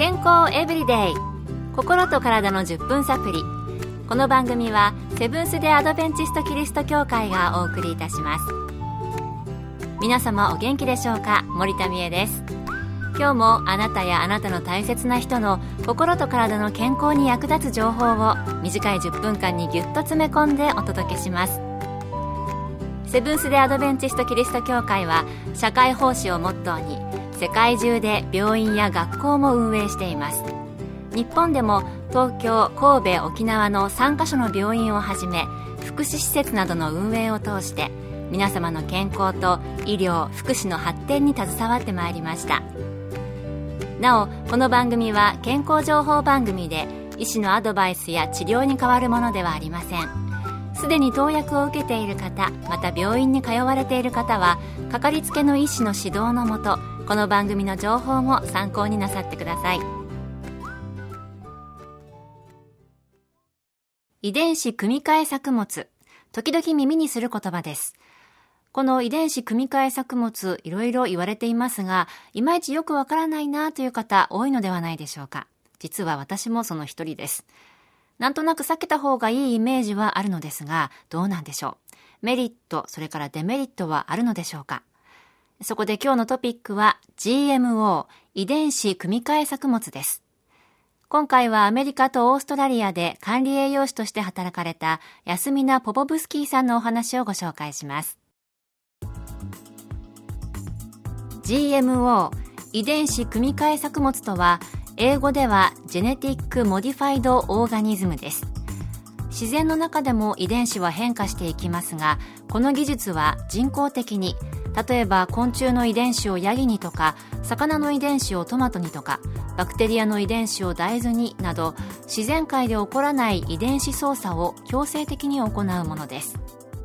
健康エブリデイ、心と体の10分サプリ。この番組はセブンス・デ・アドベンチスト・キリスト教会がお送りいたします。皆様お元気でしょうか。森田美恵です。今日もあなたやあなたの大切な人の心と体の健康に役立つ情報を短い10分間にぎゅっと詰め込んでお届けします。セブンス・デ・アドベンチスト・キリスト教会は社会奉仕をモットーに世界中で病院や学校も運営しています。日本でも東京、神戸、沖縄の3カ所の病院をはじめ福祉施設などの運営を通して皆様の健康と医療・福祉の発展に携わってまいりました。なお、この番組は健康情報番組で医師のアドバイスや治療に代わるものではありません。すでに投薬を受けている方、また病院に通われている方はかかりつけの医師の指導のもと、この番組の情報も参考になさってください。遺伝子組み換え作物、時々耳にする言葉です。この遺伝子組み換え作物、いろいろ言われていますが、いまいちよくわからないなという方多いのではないでしょうか。実は私もその一人です。なんとなく避けた方がいいイメージはあるのですが、どうなんでしょう。メリット、それからデメリットはあるのでしょうか。そこで今日のトピックは GMO、遺伝子組み換え作物です。今回はアメリカとオーストラリアで管理栄養士として働かれたヤスミナ・ポポブスキーさんのお話をご紹介します。GMO、遺伝子組み換え作物とは、英語ではジェネティック・モディファイド・オーガニズムです。自然の中でも遺伝子は変化していきますが、この技術は人工的に、例えば昆虫の遺伝子をヤギにとか、魚の遺伝子をトマトにとか、バクテリアの遺伝子を大豆になど、自然界で起こらない遺伝子操作を強制的に行うものです。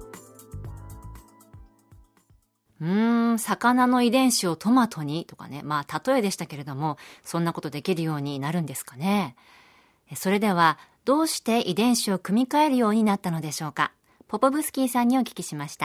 魚の遺伝子をトマトにとかね、例えでしたけれども、そんなことできるようになるんですかね。それでは、どうして遺伝子を組み換えるようになったのでしょうか。ポポブスキーさんにお聞きしました。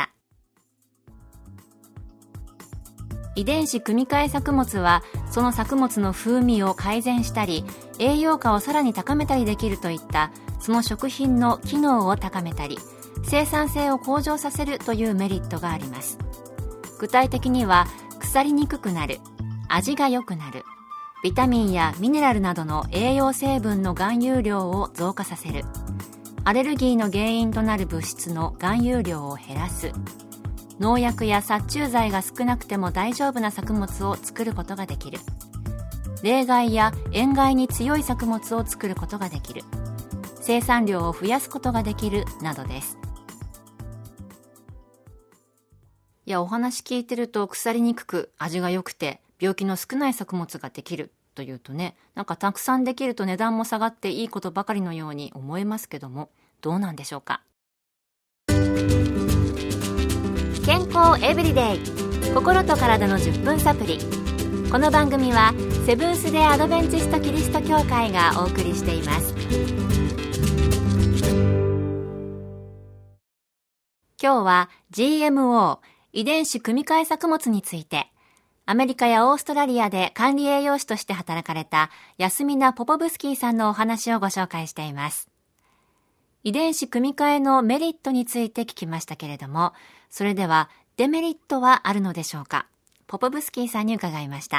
遺伝子組み換え作物は、その作物の風味を改善したり、栄養価をさらに高めたりできるといった、その食品の機能を高めたり、生産性を向上させるというメリットがあります。具体的には、腐りにくくなる、味が良くなる、ビタミンやミネラルなどの栄養成分の含有量を増加させる、アレルギーの原因となる物質の含有量を減らす、農薬や殺虫剤が少なくても大丈夫な作物を作ることができる、冷害や塩害に強い作物を作ることができる、生産量を増やすことができるなどです。いや、お話聞いてると腐りにくく味が良くて病気の少ない作物ができるというとね、なんかたくさんできると値段も下がっていいことばかりのように思えますけども、どうなんでしょうか。健康エブリデイ、心と体の10分サプリ。この番組はセブンス・デ・アドベンチスト・キリスト教会がお送りしています。今日は GMO、遺伝子組み換え作物について、アメリカやオーストラリアで管理栄養士として働かれたヤスミナ・ポポブスキーさんのお話をご紹介しています。遺伝子組み換えのメリットについて聞きましたけれども、それではデメリットはあるのでしょうか。ポポブスキーさんに伺いました。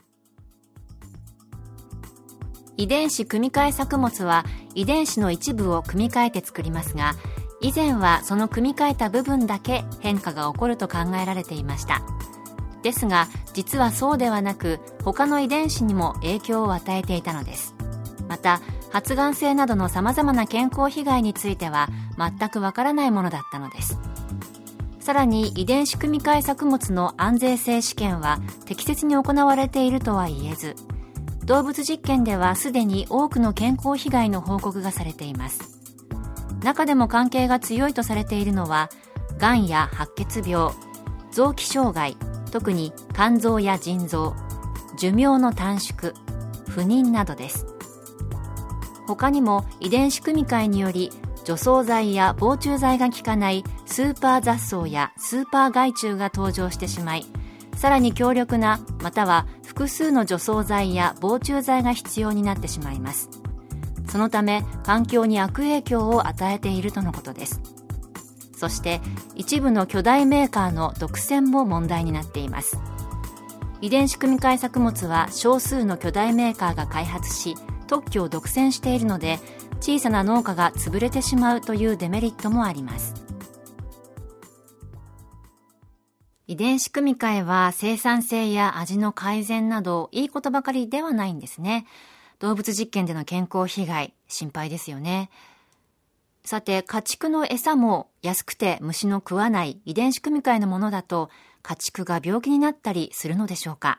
遺伝子組み換え作物は遺伝子の一部を組み換えて作りますが、以前はその組み換えた部分だけ変化が起こると考えられていました。ですが、実はそうではなく、他の遺伝子にも影響を与えていたのです。また、発がん性などの様々な健康被害については全くわからないものだったのです。さらに、遺伝子組み換え作物の安全性試験は適切に行われているとは言えず、動物実験ではすでに多くの健康被害の報告がされています。中でも関係が強いとされているのは、がんや白血病、臓器障害、特に肝臓や腎臓、寿命の短縮、不妊などです。他にも遺伝子組み換えにより除草剤や防虫剤が効かないスーパー雑草やスーパー害虫が登場してしまい、 さらに強力なまたは複数の除草剤や防虫剤が必要になってしまいます。そのため環境に悪影響を与えているとのことです。そして一部の巨大メーカーの独占も問題になっています。遺伝子組み換え作物は少数の巨大メーカーが開発し特許を独占しているので、小さな農家が潰れてしまうというデメリットもあります。遺伝子組み換えは生産性や味の改善などいいことばかりではないんですね。動物実験での健康被害、心配ですよね。さて、家畜の餌も安くて虫の食わない遺伝子組み換えのものだと家畜が病気になったりするのでしょうか。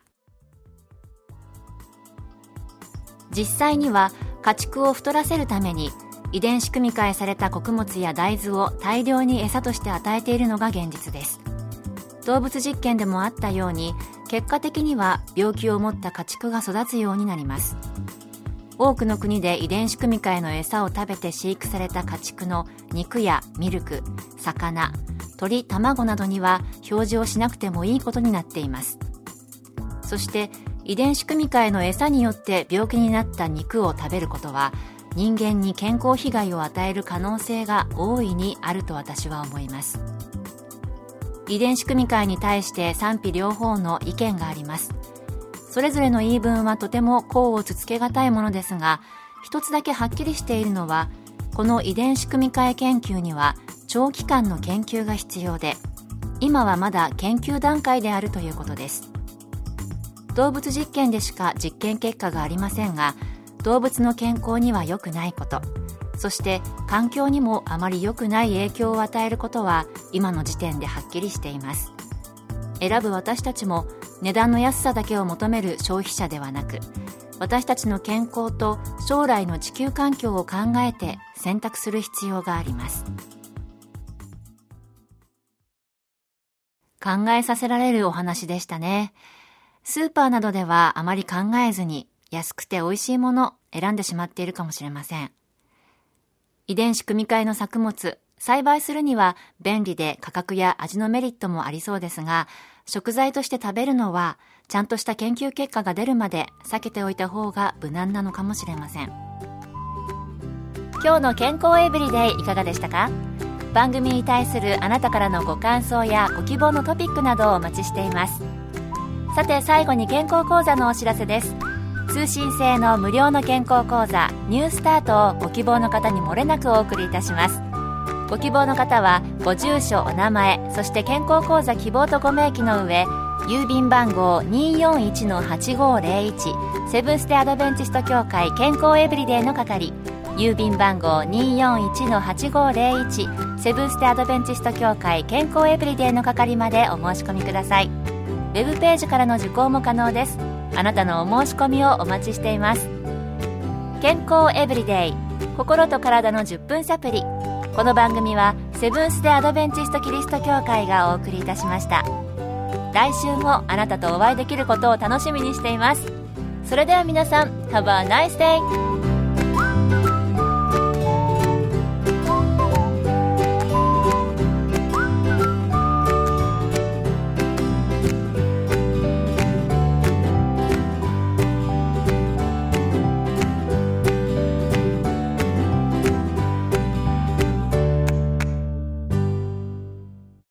実際には家畜を太らせるために遺伝子組み換えされた穀物や大豆を大量に餌として与えているのが現実です。動物実験でもあったように結果的には病気を持った家畜が育つようになります。多くの国で遺伝子組み換えの餌を食べて飼育された家畜の肉やミルク、魚、鶏、卵などには表示をしなくてもいいことになっています。そして遺伝子組み換えの餌によって病気になった肉を食べることは人間に健康被害を与える可能性が大いにあると私は思います。遺伝子組み換えに対して賛否両方の意見があります。それぞれの言い分はとても甲をつつけがたいものですが、一つだけはっきりしているのは、この遺伝子組み換え研究には長期間の研究が必要で、今はまだ研究段階であるということです。動物実験でしか実験結果がありませんが、動物の健康には良くないこと、そして環境にもあまり良くない影響を与えることは今の時点ではっきりしています。選ぶ私たちも値段の安さだけを求める消費者ではなく、私たちの健康と将来の地球環境を考えて選択する必要があります。考えさせられるお話でしたね。スーパーなどではあまり考えずに安くて美味しいもの選んでしまっているかもしれません。遺伝子組み換えの作物、栽培するには便利で価格や味のメリットもありそうですが、食材として食べるのはちゃんとした研究結果が出るまで避けておいた方が無難なのかもしれません。今日の健康エブリデイいかがでしたか？番組に対するあなたからのご感想やご希望のトピックなどをお待ちしています。さて最後に健康講座のお知らせです。通信制の無料の健康講座ニュースタートをご希望の方に漏れなくお送りいたします。ご希望の方はご住所、お名前、そして健康講座希望とご明記の上、郵便番号 241-8501 セブンステアドベンチスト協会健康エブリデイの係、郵便番号 241-8501 セブンステアドベンチスト協会健康エブリデイの係までお申し込みください。ウェブページからの受講も可能です。あなたのお申し込みをお待ちしています。健康エブリデイ、心と体の10分サプリ。この番組はセブンス・デ・アドベンチスト・キリスト教会がお送りいたしました。来週もあなたとお会いできることを楽しみにしています。それでは皆さん、Have a nice day!